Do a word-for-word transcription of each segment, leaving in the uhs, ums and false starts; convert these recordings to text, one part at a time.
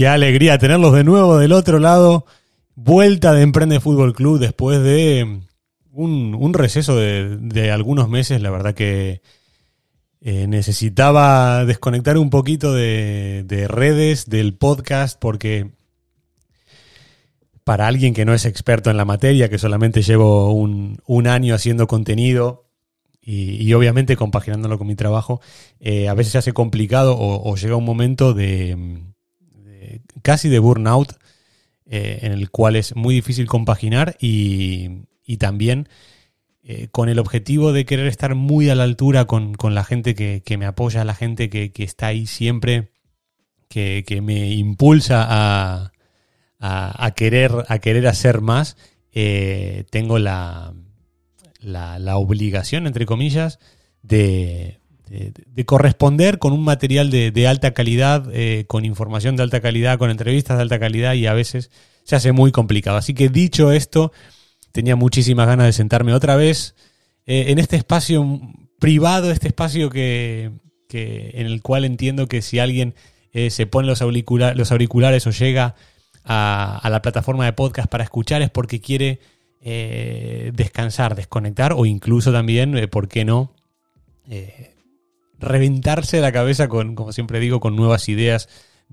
Qué alegría tenerlos de nuevo del otro lado. Vuelta de Emprende Fútbol Club después de un, un receso de, de algunos meses. La verdad que eh, necesitaba desconectar un poquito de, de redes, del podcast, porque para alguien que no es experto en la materia, que solamente llevo un, un año haciendo contenido y, y obviamente compaginándolo con mi trabajo, eh, a veces se hace complicado o, o llega un momento de, de casi de burnout, eh, en el cual es muy difícil compaginar y, y también eh, con el objetivo de querer estar muy a la altura con, con la gente que, que me apoya, la gente que, que está ahí siempre, que, que me impulsa a... A, a querer a querer hacer más, eh, tengo la, la, la obligación, entre comillas, de, de, de corresponder con un material de, de alta calidad, eh, con información de alta calidad, con entrevistas de alta calidad, y a veces se hace muy complicado. Así que, dicho esto, tenía muchísimas ganas de sentarme otra vez eh, en este espacio privado, este espacio que, que en el cual entiendo que si alguien eh, se pone los, auricula- los auriculares o llega A, a la plataforma de podcast para escuchar es porque quiere eh, descansar, desconectar o incluso también, eh, ¿por qué no? Eh, reventarse la cabeza con, como siempre digo, con nuevas ideas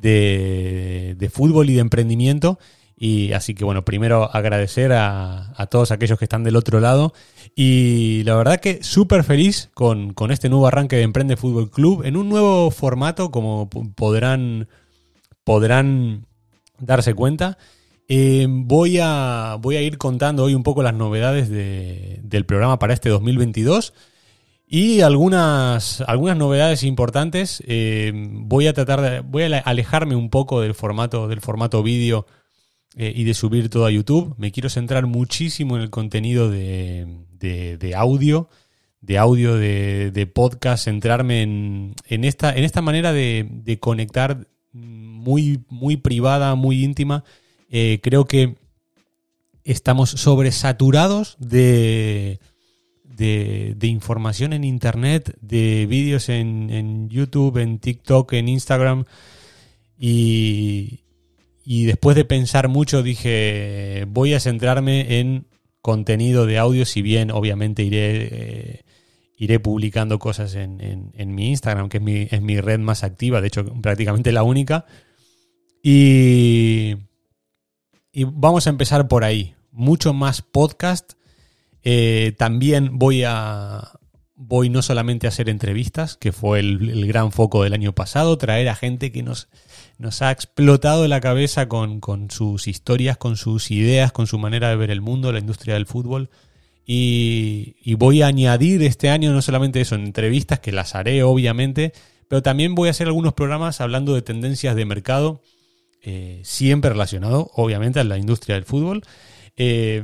de, de fútbol y de emprendimiento. Y así que bueno, primero agradecer a, a todos aquellos que están del otro lado y la verdad que súper feliz con, con este nuevo arranque de Emprende Fútbol Club en un nuevo formato, como podrán podrán darse cuenta. Eh, voy a voy a ir contando hoy un poco las novedades de, del programa para este dos mil veintidós y algunas algunas novedades importantes. Eh, voy a tratar de voy a alejarme un poco del formato del formato vídeo eh, y de subir todo a YouTube. Me quiero centrar muchísimo en el contenido de, de, de audio, de audio de, de podcast, centrarme en, en esta en esta manera de, de conectar muy, muy privada, muy íntima. Eh, creo que estamos sobresaturados de, de, de información en Internet, de vídeos en, en YouTube, en TikTok, en Instagram. Y, y después de pensar mucho dije, voy a centrarme en contenido de audio, si bien obviamente iré... Eh, Iré publicando cosas en, en, en mi Instagram, que es mi, es mi red más activa, de hecho prácticamente la única. Y, y vamos a empezar por ahí. Mucho más podcast. Eh, también voy a voy no solamente a hacer entrevistas, que fue el, el gran foco del año pasado, traer a gente que nos, nos ha explotado la cabeza con, con sus historias, con sus ideas, con su manera de ver el mundo, la industria del fútbol. Y, y voy a añadir este año no solamente eso, en entrevistas, que las haré obviamente, pero también voy a hacer algunos programas hablando de tendencias de mercado, eh, siempre relacionado obviamente a la industria del fútbol. Eh,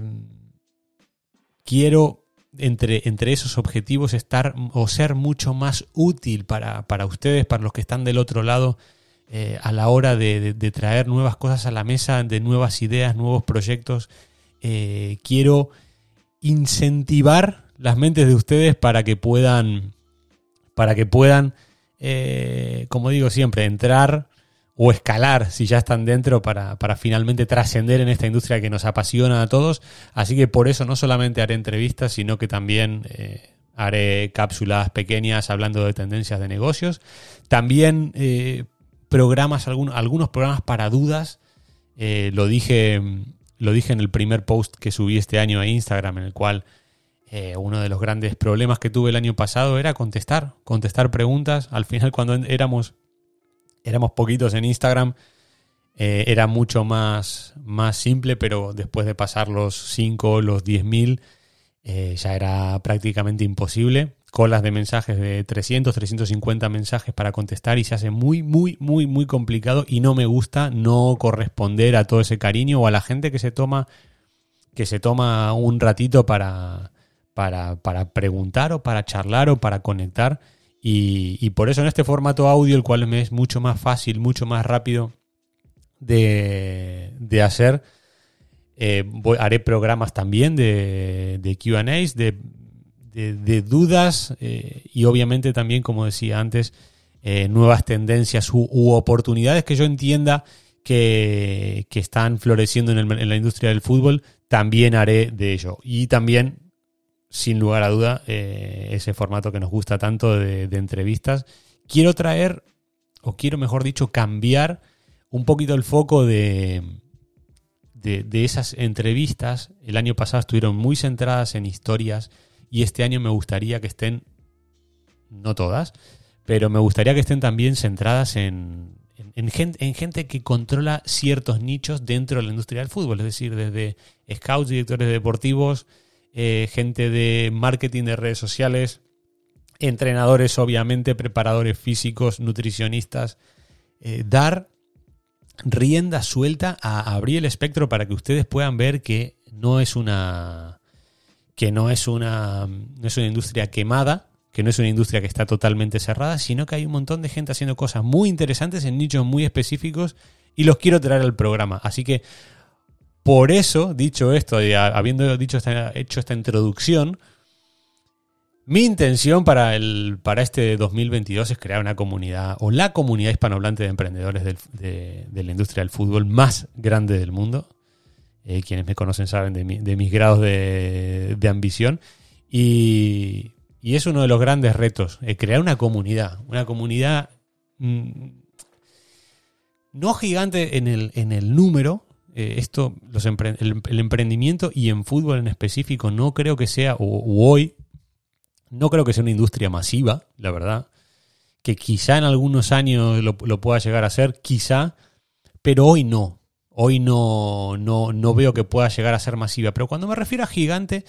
quiero entre, entre esos objetivos estar o ser mucho más útil para, para ustedes, para los que están del otro lado, eh, a la hora de, de, de traer nuevas cosas a la mesa, de nuevas ideas, nuevos proyectos. Eh, quiero incentivar las mentes de ustedes para que puedan, para que puedan, eh, como digo siempre, entrar o escalar si ya están dentro para, para finalmente trascender en esta industria que nos apasiona a todos. Así que por eso no solamente haré entrevistas, sino que también eh, haré cápsulas pequeñas hablando de tendencias de negocios. También eh, programas, algún, algunos programas para dudas. Eh, lo dije... Lo dije en el primer post que subí este año a Instagram, en el cual eh, uno de los grandes problemas que tuve el año pasado era contestar, contestar preguntas. Al final, cuando éramos, éramos poquitos en Instagram, eh, era mucho más, más simple, pero después de pasar los cinco, los diez mil, eh, ya era prácticamente imposible. Colas de mensajes de trescientos, trescientos cincuenta mensajes para contestar y se hace muy, muy, muy, muy complicado y no me gusta no corresponder a todo ese cariño o a la gente que se toma, que se toma un ratito para, para, para preguntar o para charlar o para conectar. Y, y por eso en este formato audio, el cual me es mucho más fácil, mucho más rápido de, de hacer, eh, voy, haré programas también de, de Q and A's, de De, de dudas eh, y obviamente también, como decía antes, eh, nuevas tendencias u, u oportunidades que yo entienda que, que están floreciendo en, el, en la industria del fútbol, también haré de ello. Y también, sin lugar a duda, eh, ese formato que nos gusta tanto de, de entrevistas. Quiero traer, o quiero mejor dicho, cambiar un poquito el foco de, de, de esas entrevistas. El año pasado estuvieron muy centradas en historias y este año me gustaría que estén, no todas, pero me gustaría que estén también centradas en, en, en, gente, en gente que controla ciertos nichos dentro de la industria del fútbol, es decir, desde scouts, directores deportivos, eh, gente de marketing de redes sociales, entrenadores, obviamente, preparadores físicos, nutricionistas. Eh, dar rienda suelta a abrir el espectro para que ustedes puedan ver que no es una que no es una no es una industria quemada, que no es una industria que está totalmente cerrada, sino que hay un montón de gente haciendo cosas muy interesantes en nichos muy específicos y los quiero traer al programa. Así que, por eso, dicho esto, y habiendo dicho esta, hecho esta introducción, mi intención para, el, para este dos mil veintidós es crear una comunidad, o la comunidad hispanohablante de emprendedores del, de, de la industria del fútbol más grande del mundo. Eh, quienes me conocen saben de, mi, de mis grados de, de ambición. Y, y es uno de los grandes retos, eh, crear una comunidad. Una comunidad mmm, no gigante en el, en el número. Eh, esto, los empre, el, el emprendimiento y en fútbol en específico no creo que sea, o, o hoy, no creo que sea una industria masiva, la verdad. Que quizá en algunos años lo, lo pueda llegar a ser, quizá, pero hoy no. Hoy no, no, no veo que pueda llegar a ser masiva. Pero cuando me refiero a gigante,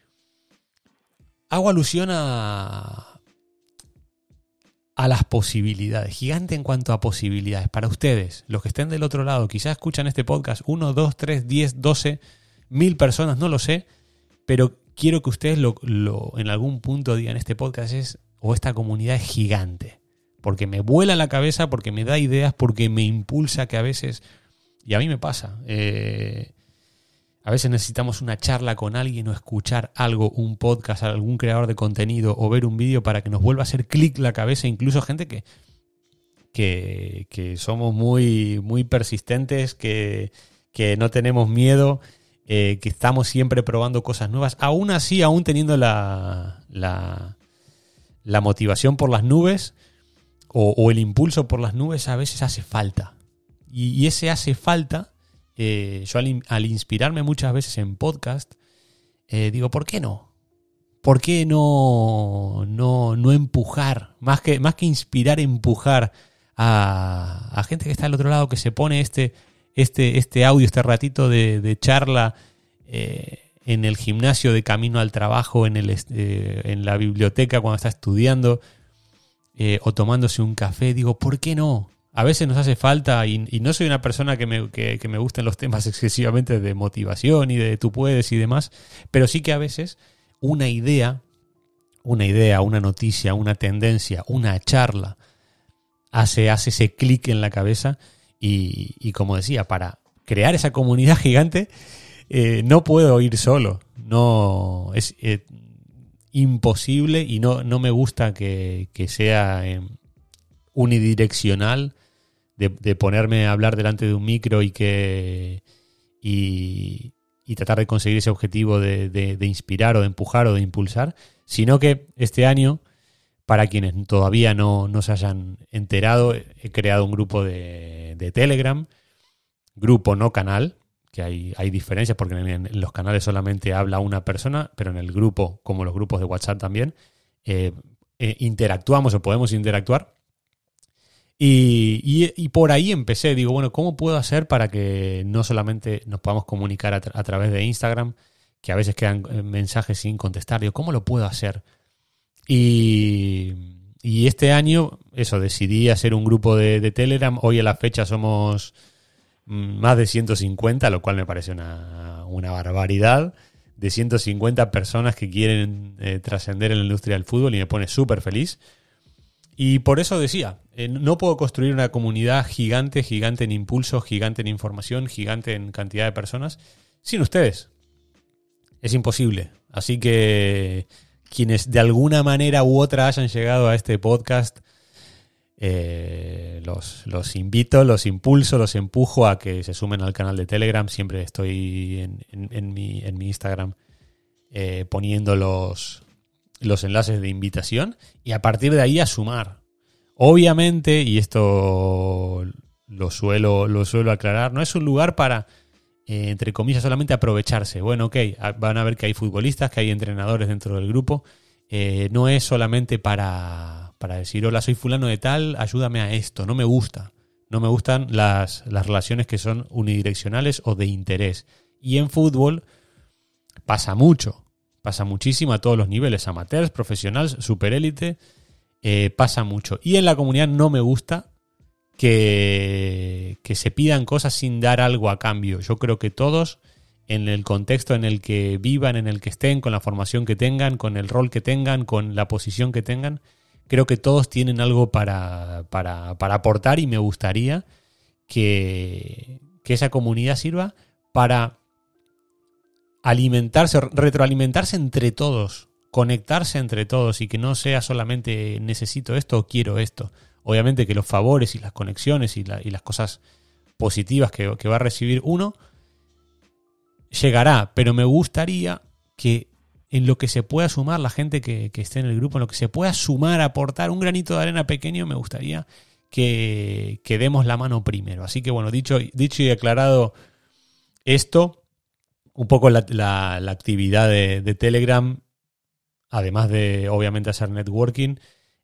hago alusión a, a las posibilidades. Gigante en cuanto a posibilidades. Para ustedes, los que estén del otro lado, quizás escuchan este podcast, uno, dos, tres, diez, doce, mil personas, no lo sé, pero quiero que ustedes lo, lo, en algún punto digan, este podcast es, o esta comunidad es gigante. Porque me vuela la cabeza, porque me da ideas, porque me impulsa que a veces... Y a mí me pasa. Eh, a veces necesitamos una charla con alguien o escuchar algo, un podcast, algún creador de contenido o ver un vídeo para que nos vuelva a hacer clic la cabeza. Incluso gente que, que, que somos muy, muy persistentes, que, que no tenemos miedo, eh, que estamos siempre probando cosas nuevas. Aún así, aún teniendo la, la, la motivación por las nubes o, o el impulso por las nubes, a veces hace falta. Y, y ese hace falta, eh, yo al, al inspirarme muchas veces en podcast, eh, digo, ¿por qué no? ¿Por qué no, no, no empujar? Más que, más que inspirar, empujar a, a gente que está al otro lado, que se pone este, este, este audio, este ratito de, de charla eh, en el gimnasio de camino al trabajo, en, el, eh, en la biblioteca cuando está estudiando, eh, o tomándose un café. Digo, ¿por qué no? A veces nos hace falta, y, y no soy una persona que me, que, que me gusten los temas excesivamente de motivación y de tú puedes y demás, pero sí que a veces una idea, una idea, una noticia, una tendencia, una charla, hace, hace ese clic en la cabeza y, y como decía, para crear esa comunidad gigante eh, no puedo ir solo, no es eh, imposible y no, no me gusta que, que sea eh, unidireccional. De, de ponerme a hablar delante de un micro y que y, y tratar de conseguir ese objetivo de, de, de inspirar o de empujar o de impulsar, sino que este año, para quienes todavía no, no se hayan enterado, he creado un grupo de, de Telegram, grupo no canal, que hay, hay diferencias porque en, en los canales solamente habla una persona, pero en el grupo, como los grupos de WhatsApp también, eh, eh, interactuamos o podemos interactuar. Y, y, y por ahí empecé, digo, bueno, ¿cómo puedo hacer para que no solamente nos podamos comunicar a, tra- a través de Instagram, que a veces quedan mensajes sin contestar? Digo, ¿cómo lo puedo hacer? Y, y este año, eso, decidí hacer un grupo de, de Telegram. Hoy a la fecha somos más de ciento cincuenta, lo cual me parece una, una barbaridad. De ciento cincuenta personas que quieren eh, trascender en la industria del fútbol y me pone súper feliz. Y por eso decía, eh, no puedo construir una comunidad gigante, gigante en impulso, gigante en información, gigante en cantidad de personas, sin ustedes. Es imposible. Así que quienes de alguna manera u otra hayan llegado a este podcast, Eh, los, los invito, los impulso, los empujo a que se sumen al canal de Telegram. Siempre estoy en, en, en, mi, en mi Instagram eh, poniendo los, los enlaces de invitación y a partir de ahí a sumar. Obviamente, y esto lo suelo, lo suelo aclarar, no es un lugar para, eh, entre comillas, solamente aprovecharse. Bueno, ok, van a ver que hay futbolistas, que hay entrenadores dentro del grupo. Eh, no es solamente para, para decir, hola, soy fulano de tal, ayúdame a esto. No me gusta. No me gustan las, las relaciones que son unidireccionales o de interés. Y en fútbol pasa mucho. Pasa muchísimo a todos los niveles. Amateurs, profesionales, superélite. Eh, pasa mucho. Y en la comunidad no me gusta que, que se pidan cosas sin dar algo a cambio. Yo creo que todos, en el contexto en el que vivan, en el que estén, con la formación que tengan, con el rol que tengan, con la posición que tengan, creo que todos tienen algo para, para, para aportar y me gustaría que, que esa comunidad sirva para alimentarse, retroalimentarse entre todos, conectarse entre todos y que no sea solamente necesito esto o quiero esto. Obviamente que los favores y las conexiones y, la, y las cosas positivas que, que va a recibir uno llegará, pero me gustaría que en lo que se pueda sumar la gente que, que esté en el grupo, en lo que se pueda sumar, aportar un granito de arena pequeño, me gustaría que, que demos la mano primero. Así que bueno, dicho, dicho y aclarado esto, un poco la, la, la actividad de, de Telegram, además de obviamente hacer networking,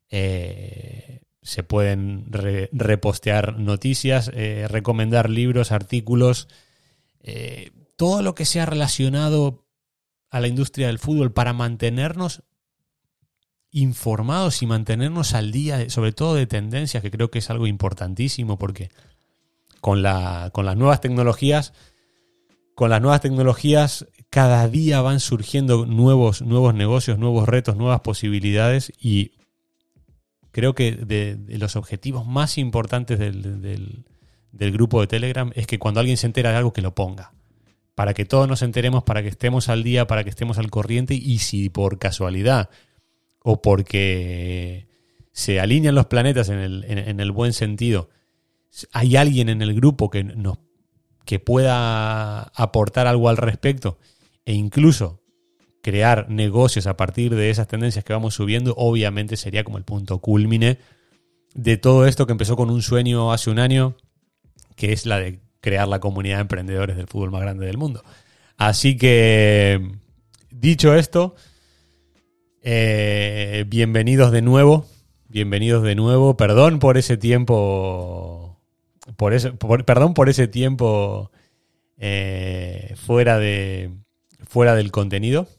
eh, se pueden re, repostear noticias, eh, recomendar libros, artículos, eh, todo lo que sea relacionado a la industria del fútbol para mantenernos informados y mantenernos al día, sobre todo de tendencias, que creo que es algo importantísimo porque con, la, con las nuevas tecnologías, con las nuevas tecnologías cada día van surgiendo nuevos, nuevos negocios, nuevos retos, nuevas posibilidades y creo que de, de los objetivos más importantes del, del, del grupo de Telegram es que cuando alguien se entera de algo que lo ponga. Para que todos nos enteremos, para que estemos al día, para que estemos al corriente y si por casualidad o porque se alinean los planetas en el, en, en el buen sentido, hay alguien en el grupo que, nos, que pueda aportar algo al respecto e incluso crear negocios a partir de esas tendencias que vamos subiendo, obviamente sería como el punto cúlmine de todo esto que empezó con un sueño hace un año, que es la de crear la comunidad de emprendedores del fútbol más grande del mundo. Así que, dicho esto, eh, bienvenidos de nuevo, bienvenidos de nuevo. Perdón por ese tiempo, por ese, por, perdón por ese tiempo eh, fuera de, fuera del contenido.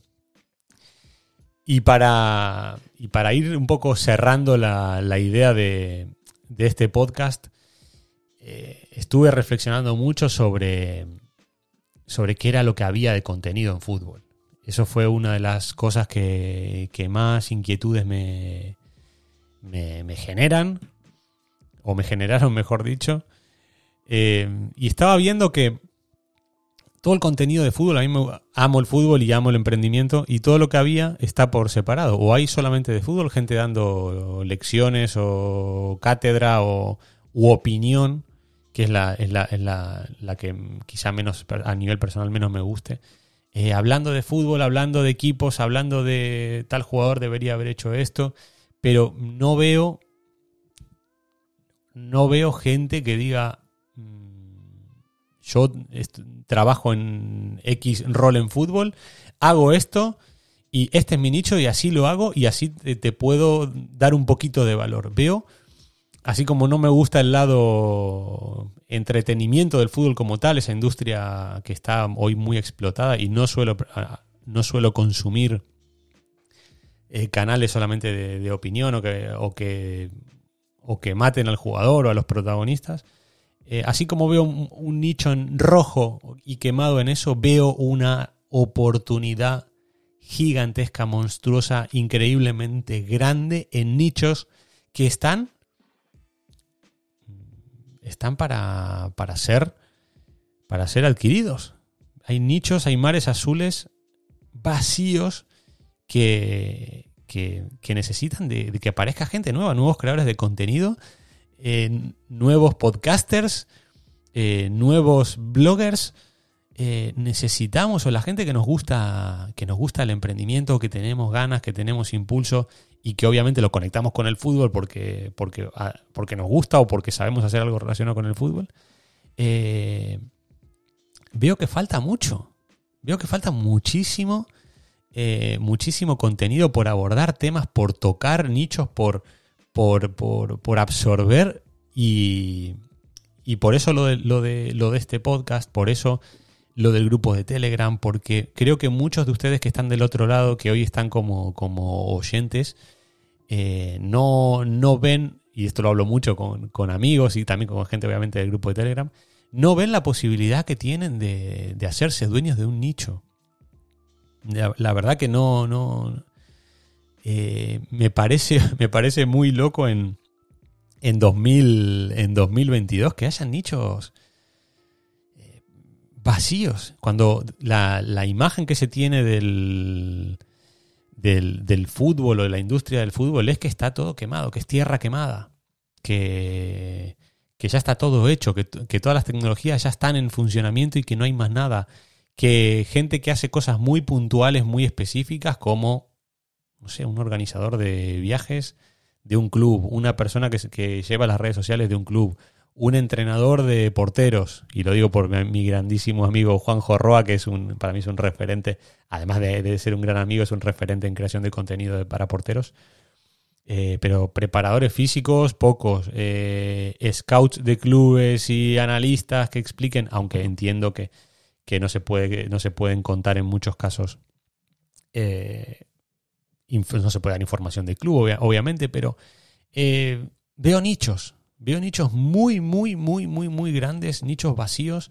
Y para, y para ir un poco cerrando la, la idea de, de este podcast, eh, estuve reflexionando mucho sobre, sobre qué era lo que había de contenido en fútbol. Eso fue una de las cosas que, que más inquietudes me, me, me generan, o me generaron, mejor dicho. Eh, y estaba viendo que todo el contenido de fútbol, a mí me amo el fútbol y amo el emprendimiento, y todo lo que había está por separado. O hay solamente de fútbol, gente dando lecciones o cátedra o u opinión, que es la, es la, es la, la que quizá menos a nivel personal menos me guste. Eh, hablando de fútbol, hablando de equipos, hablando de tal jugador debería haber hecho esto, pero no veo, no veo gente que diga yo est- trabajo en X rol en fútbol, hago esto y este es mi nicho y así lo hago y así te, te puedo dar un poquito de valor. Veo, así como no me gusta el lado entretenimiento del fútbol como tal, esa industria que está hoy muy explotada y no suelo, no suelo consumir eh, canales solamente de, de opinión o que, o, que, o que maten al jugador o a los protagonistas. Eh, así como veo un, un nicho en rojo y quemado en eso, veo una oportunidad gigantesca, monstruosa, increíblemente grande en nichos que están están para, para ser para ser adquiridos. Hay nichos, hay mares azules vacíos que, que, que necesitan de, de que aparezca gente nueva, nuevos creadores de contenido eh, nuevos podcasters, eh, nuevos bloggers. Eh, necesitamos, o la gente que nos gusta, que nos gusta el emprendimiento, que tenemos ganas, que tenemos impulso y que obviamente lo conectamos con el fútbol porque, porque, porque nos gusta o porque sabemos hacer algo relacionado con el fútbol, eh, veo que falta mucho. Veo que falta muchísimo, eh, muchísimo contenido por abordar, temas por tocar, nichos por, por, por, por absorber y, y por eso lo de, lo, de, lo de este podcast, por eso lo del grupo de Telegram, porque creo que muchos de ustedes que están del otro lado, que hoy están como, como oyentes, eh, no, no ven, y esto lo hablo mucho con, con amigos y también con gente obviamente del grupo de Telegram, no ven la posibilidad que tienen de, de hacerse dueños de un nicho. La, la verdad que no, no eh, me parece, me parece muy loco en, en, dos mil, en dos mil veintidós que hayan nichos vacíos, cuando la, la imagen que se tiene del, del, del fútbol o de la industria del fútbol es que está todo quemado, que es tierra quemada, que, que ya está todo hecho, que, que todas las tecnologías ya están en funcionamiento y que no hay más nada, que gente que hace cosas muy puntuales, muy específicas, como, no sé, un organizador de viajes de un club, una persona que, que lleva las redes sociales de un club, un entrenador de porteros, y lo digo por mi, mi grandísimo amigo Juanjo Roa, que es un, para mí es un referente, además de, de ser un gran amigo, es un referente en creación de contenido de, para porteros, eh, pero preparadores físicos, pocos, eh, scouts de clubes y analistas que expliquen, aunque entiendo que, que no se puede, no se pueden contar en muchos casos, eh, inf- no se puede dar información del club, obvia, obviamente, pero eh, veo nichos, Veo nichos muy, muy, muy, muy, muy grandes, nichos vacíos.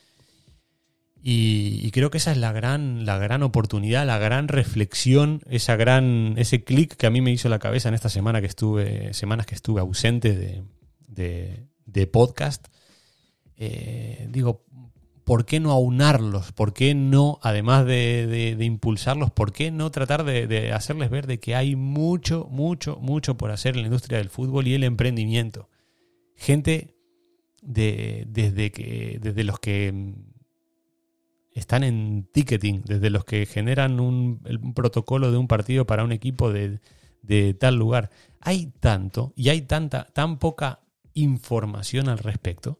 Y, y creo que esa es la gran, la gran oportunidad, la gran reflexión, esa gran, ese clic que a mí me hizo la cabeza en esta semana que estuve, semanas que estuve ausente de, de, de podcast. Eh, digo, ¿por qué no aunarlos? ¿Por qué no, además de, de, de impulsarlos, por qué no tratar de, de hacerles ver de que hay mucho, mucho, mucho por hacer en la industria del fútbol y el emprendimiento? Gente de, desde, que, desde los que están en ticketing, desde los que generan un, un protocolo de un partido para un equipo de, de tal lugar. Hay tanto y hay tanta, tan poca información al respecto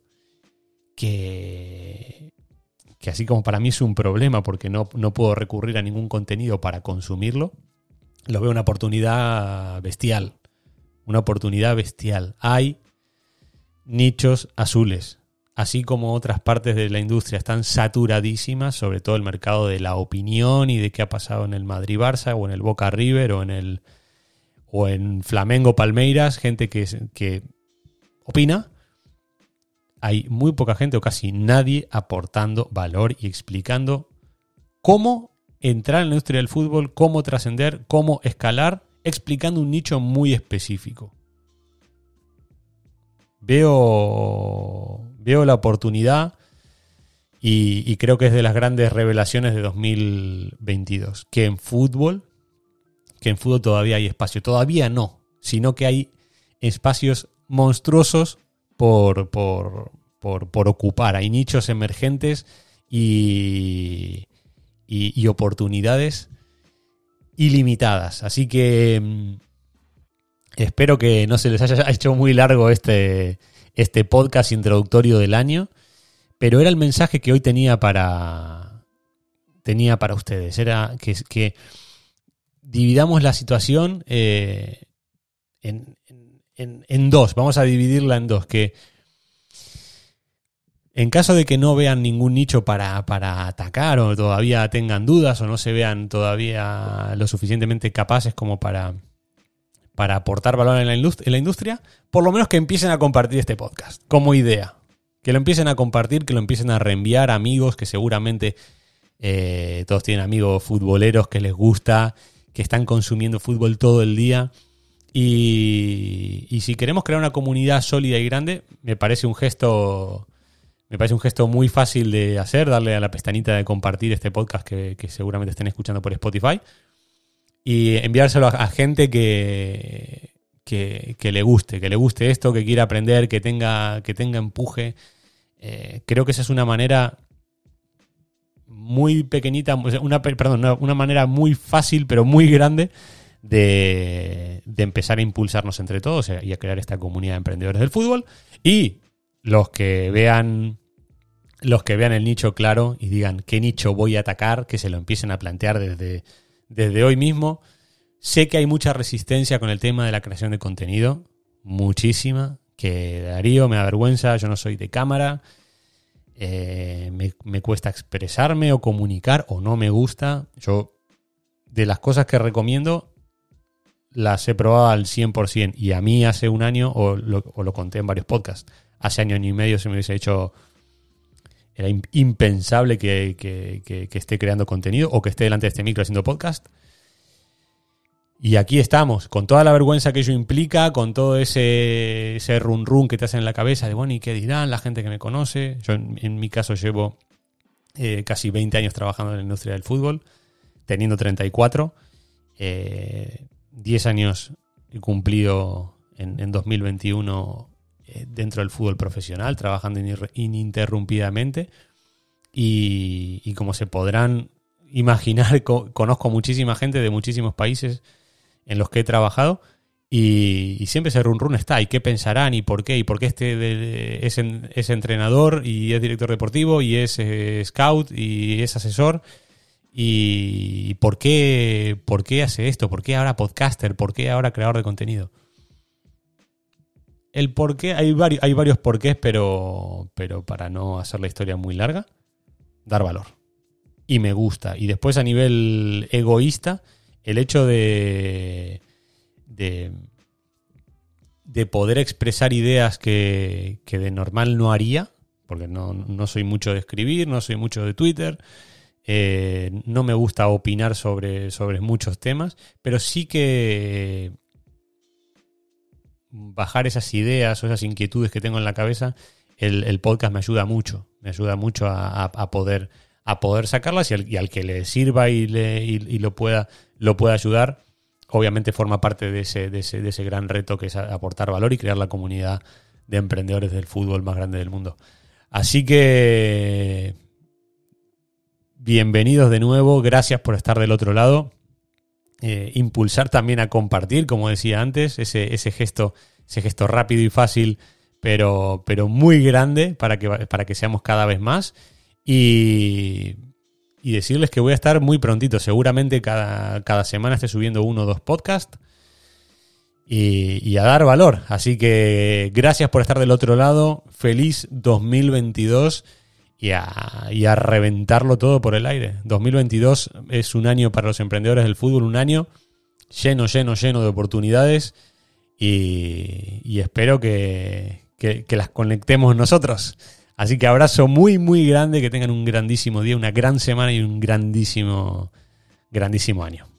que, que así como para mí es un problema porque no, no puedo recurrir a ningún contenido para consumirlo, lo veo una oportunidad bestial. Una oportunidad bestial. Hay nichos azules, así como otras partes de la industria están saturadísimas, sobre todo el mercado de la opinión y de qué ha pasado en el Madrid-Barça o en el Boca-River o en el o en Flamengo-Palmeiras, gente que, que opina. Hay muy poca gente o casi nadie aportando valor y explicando cómo entrar en la industria del fútbol, cómo trascender, cómo escalar, explicando un nicho muy específico. Veo, veo la oportunidad y, y creo que es de las grandes revelaciones de dos mil veintidós. Que en fútbol, que en fútbol todavía hay espacio. Todavía no, sino que hay espacios monstruosos por, por, por, por ocupar. Hay nichos emergentes y, y, y oportunidades ilimitadas. Así que espero que no se les haya hecho muy largo este, este podcast introductorio del año, pero era el mensaje que hoy tenía para, tenía para ustedes. Era que, que dividamos la situación eh, en, en, en dos. Vamos a dividirla en dos. Que en caso de que no vean ningún nicho para, para atacar o todavía tengan dudas o no se vean todavía lo suficientemente capaces como para... para aportar valor en la, industria, en la industria, por lo menos que empiecen a compartir este podcast como idea. Que lo empiecen a compartir, que lo empiecen a reenviar a amigos que seguramente eh, todos tienen amigos futboleros que les gusta, que están consumiendo fútbol todo el día. Y, y si queremos crear una comunidad sólida y grande, me parece un gesto, me parece un gesto muy fácil de hacer, darle a la pestañita de compartir este podcast que, que seguramente estén escuchando por Spotify. Y enviárselo a, a gente que, que, que le guste, que le guste esto, que quiera aprender, que tenga, que tenga empuje. Eh, creo que esa es una manera muy pequeñita, una, perdón, una, una manera muy fácil, pero muy grande de, de empezar a impulsarnos entre todos y a crear esta comunidad de emprendedores del fútbol. Y los que vean los que vean el nicho claro y digan qué nicho voy a atacar, que se lo empiecen a plantear desde, desde hoy mismo. Sé que hay mucha resistencia con el tema de la creación de contenido, muchísima, que Darío me da vergüenza, yo no soy de cámara, eh, me, me cuesta expresarme o comunicar o no me gusta. Yo, de las cosas que recomiendo, las he probado al cien por ciento y a mí hace un año, o lo, o lo conté en varios podcasts, hace año y medio se me hubiese hecho... Era impensable que, que, que, que esté creando contenido o que esté delante de este micro haciendo podcast. Y aquí estamos, con toda la vergüenza que ello implica, con todo ese, ese run run que te hacen en la cabeza de, bueno, ¿y qué dirán la gente que me conoce? Yo en, en mi caso llevo eh, casi veinte años trabajando en la industria del fútbol, teniendo treinta y cuatro. Eh, diez años he cumplido en, en dos mil veintiuno eh, dentro del fútbol profesional, trabajando ininterrumpidamente. Y, y como se podrán imaginar, co- conozco muchísima gente de muchísimos países en los que he trabajado y, y siempre ese run run está, y qué pensarán y por qué, y por qué este de, de, es, en, es entrenador y es director deportivo y es eh, scout y es asesor y, y por qué por qué hace esto, por qué ahora podcaster, por qué ahora creador de contenido. El por qué, hay varios, hay varios porqués, pero, pero para no hacer la historia muy larga, dar valor. Y me gusta. Y después a nivel egoísta, el hecho de, de, de poder expresar ideas que, que de normal no haría, porque no, no soy mucho de escribir, no soy mucho de Twitter, eh, no me gusta opinar sobre, sobre muchos temas, pero sí que bajar esas ideas o esas inquietudes que tengo en la cabeza, el, el podcast me ayuda mucho, me ayuda mucho a, a, a poder... a poder sacarlas y al, y al que le sirva y, le, y, y lo pueda lo pueda ayudar, obviamente forma parte de ese, de, ese, de ese gran reto que es aportar valor y crear la comunidad de emprendedores del fútbol más grande del mundo. Así que bienvenidos de nuevo, gracias por estar del otro lado. Eh, impulsar también a compartir, como decía antes, ese, ese gesto, ese gesto rápido y fácil, pero, pero muy grande para que, para que seamos cada vez más. Y, y decirles que voy a estar muy prontito. Seguramente cada, cada semana esté subiendo uno o dos podcasts. Y, y a dar valor. Así que gracias por estar del otro lado. Feliz dos mil veintidós. Y a, y a reventarlo todo por el aire. dos mil veintidós es un año para los emprendedores del fútbol. Un año lleno, lleno, lleno de oportunidades. Y, y espero que, que, que las conectemos nosotros. Así que abrazo muy, muy grande, que tengan un grandísimo día, una gran semana y un grandísimo, grandísimo año.